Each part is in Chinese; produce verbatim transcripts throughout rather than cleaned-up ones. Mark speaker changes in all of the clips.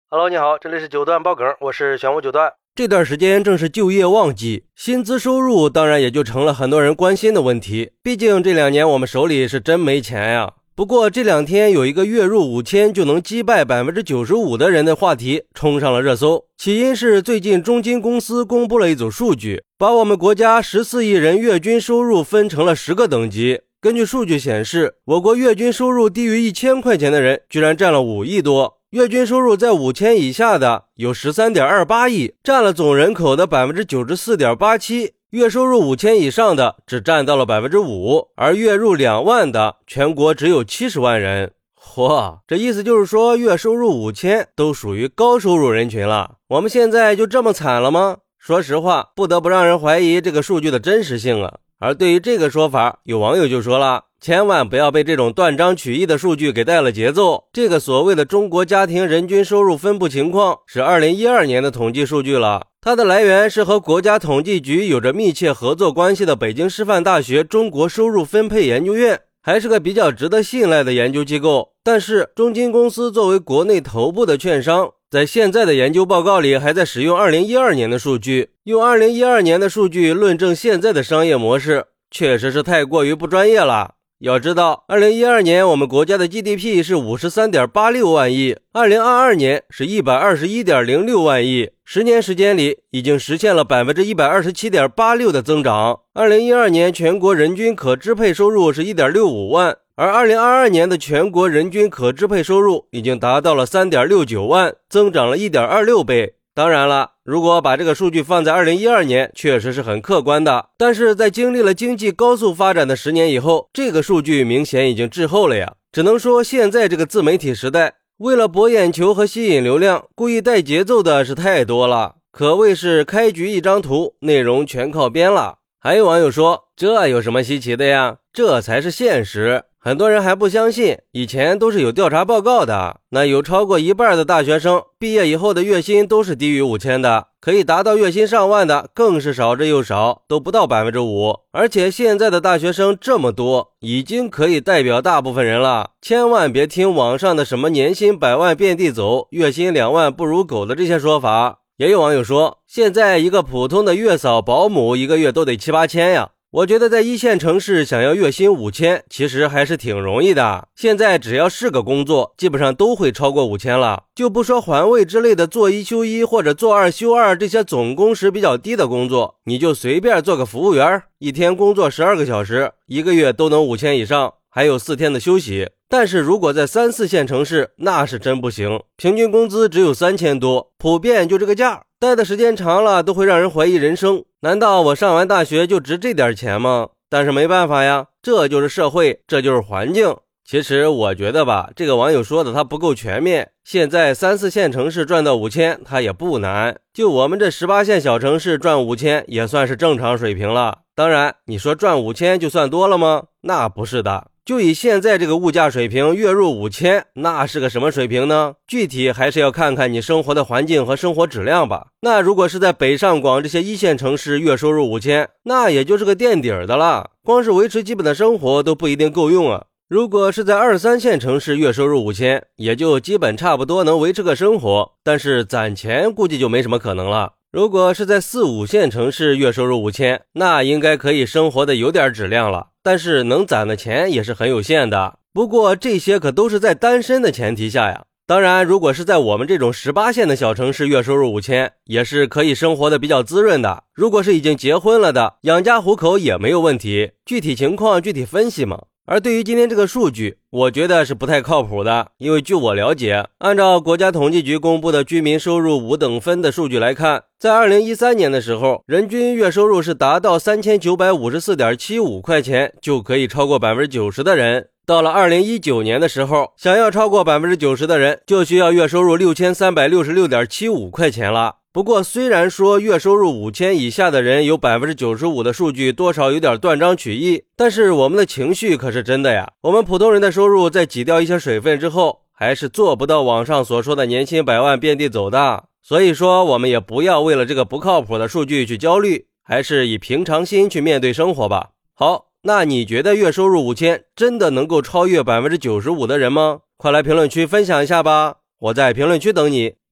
Speaker 1: Hello， 你好，这里是九段爆梗，我是玄武九段。
Speaker 2: 这段时间正是就业旺季，薪资收入当然也就成了很多人关心的问题。毕竟这两年我们手里是真没钱呀。不过这两天有一个月入五千就能击败 百分之九十五 的人的话题冲上了热搜。起因是最近中金公司公布了一组数据，把我们国家十四亿人月均收入分成了十个等级。根据数据显示，我国月均收入低于一千块钱的人居然占了五亿多，月均收入在五千以下的有 十三点二八亿，占了总人口的 百分之九十四点八七。月收入五千以上的只占到了 百分之五， 而月入两万的全国只有七十万人。嚯，这意思就是说月收入五千都属于高收入人群了。我们现在就这么惨了吗？说实话，不得不让人怀疑这个数据的真实性啊。而对于这个说法，有网友就说了，千万不要被这种断章取义的数据给带了节奏。这个所谓的中国家庭人均收入分布情况是二零一二年的统计数据了，它的来源是和国家统计局有着密切合作关系的北京师范大学中国收入分配研究院，还是个比较值得信赖的研究机构。但是中金公司作为国内头部的券商，在现在的研究报告里还在使用二零一二年的数据，用二零一二年的数据论证现在的商业模式，确实是太过于不专业了。要知道二零一二年我们国家的 G D P 是 五十三点八六万亿，二零二二年是 一百二十一点零六万亿，十年时间里已经实现了 百分之一百二十七点八六 的增长。二零一二年全国人均可支配收入是 一点六五万，而二零二二年的全国人均可支配收入已经达到了 三点六九万，增长了 一点二六倍。当然了，如果把这个数据放在二零一二年，确实是很客观的，但是在经历了经济高速发展的十年以后，这个数据明显已经滞后了呀。只能说现在这个自媒体时代，为了博眼球和吸引流量，故意带节奏的是太多了，可谓是开局一张图，内容全靠编了。还有网友说，这有什么稀奇的呀？这才是现实。很多人还不相信，以前都是有调查报告的，那有超过一半的大学生毕业以后的月薪都是低于五千的，可以达到月薪上万的更是少之又少，都不到 百分之五。 而且现在的大学生这么多，已经可以代表大部分人了。千万别听网上的什么年薪百万遍地走，月薪两万不如狗的这些说法。也有网友说，现在一个普通的月嫂保姆一个月都得七八千呀。我觉得在一线城市想要月薪五千，其实还是挺容易的。现在只要是个工作，基本上都会超过五千了。就不说环卫之类的做一休一或者做二休二这些总工时比较低的工作，你就随便做个服务员，一天工作十二个小时，一个月都能五千以上，还有四天的休息。但是如果在三四线城市，那是真不行，平均工资只有三千多，普遍就这个价，待的时间长了都会让人怀疑人生。难道我上完大学就值这点钱吗？但是没办法呀，这就是社会，这就是环境。其实我觉得吧，这个网友说的他不够全面。现在三四线城市赚到五千，他也不难，就我们这十八线小城市赚五千也算是正常水平了。当然，你说赚五千就算多了吗？那不是的。就以现在这个物价水平，月入五千，那是个什么水平呢？具体还是要看看你生活的环境和生活质量吧。那如果是在北上广这些一线城市，月收入五千，那也就是个垫底的了，光是维持基本的生活都不一定够用啊。如果是在二三线城市，月收入五千，也就基本差不多能维持个生活，但是攒钱估计就没什么可能了。如果是在四五线城市，月收入五千，那应该可以生活的有点质量了，但是能攒的钱也是很有限的。不过这些可都是在单身的前提下呀。当然，如果是在我们这种十八线的小城市，月收入五千，也是可以生活的比较滋润的。如果是已经结婚了的，养家糊口也没有问题，具体情况具体分析嘛。而对于今天这个数据，我觉得是不太靠谱的，因为据我了解，按照国家统计局公布的居民收入五等分的数据来看，在二零一三年的时候，人均月收入是达到 三千九百五十四点七五块钱，就可以超过 百分之九十 的人。到了二零一九年的时候，想要超过 百分之九十 的人，就需要月收入 六千三百六十六点七五块钱了。不过虽然说月收入五千以下的人有 百分之九十五 的数据多少有点断章取义，但是我们的情绪可是真的呀。我们普通人的收入在挤掉一些水分之后，还是做不到网上所说的年薪百万遍地走的。所以说我们也不要为了这个不靠谱的数据去焦虑，还是以平常心去面对生活吧。好，那你觉得月收入五千真的能够超越 百分之九十五 的人吗？快来评论区分享一下吧，我在评论区等你。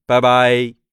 Speaker 2: 拜拜。